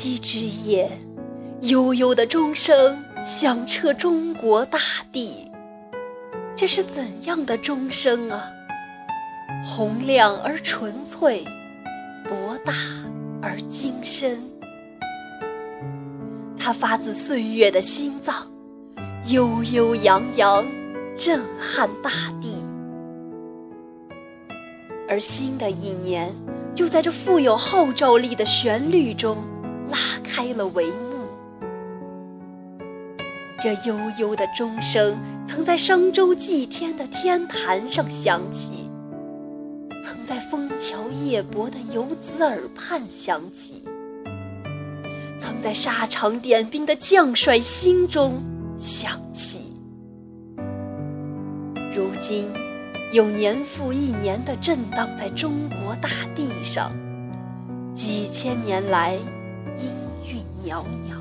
夕之夜，悠悠的钟声响彻中国大地。这是怎样的钟声啊？洪亮而纯粹，博大而精深。它发自岁月的心脏，悠悠扬扬，震撼大地。而新的一年就在这富有号召力的旋律中拉开了帷幕。这悠悠的钟声曾在商周祭天的天坛上响起，曾在枫桥夜泊的游子耳畔响起，曾在沙场点兵的将帅心中响起。如今又年复一年地震荡在中国大地上，几千年来音韵袅袅。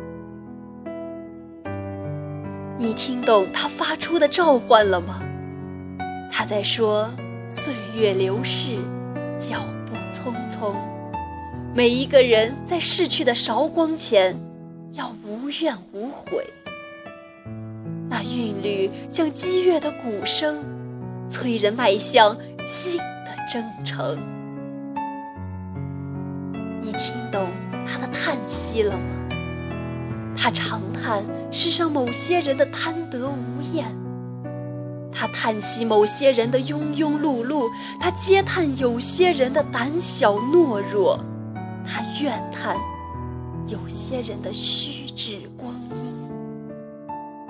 你听懂他发出的召唤了吗？他在说，岁月流逝，脚步匆匆，每一个人在逝去的韶光前要无怨无悔。那韵律像激越的鼓声，催人迈向新的征程。你听懂他的叹息了吗？他长叹世上某些人的贪得无厌，他叹息某些人的庸庸碌碌，他嗟叹有些人的胆小懦弱，他怨叹有些人的虚掷光阴。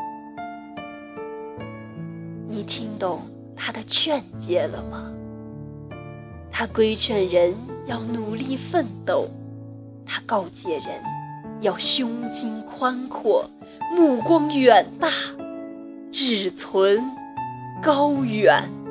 你听懂他的劝诫了吗？他规劝人要努力奋斗，他告诫人要胸襟宽阔，目光远大，志存高远。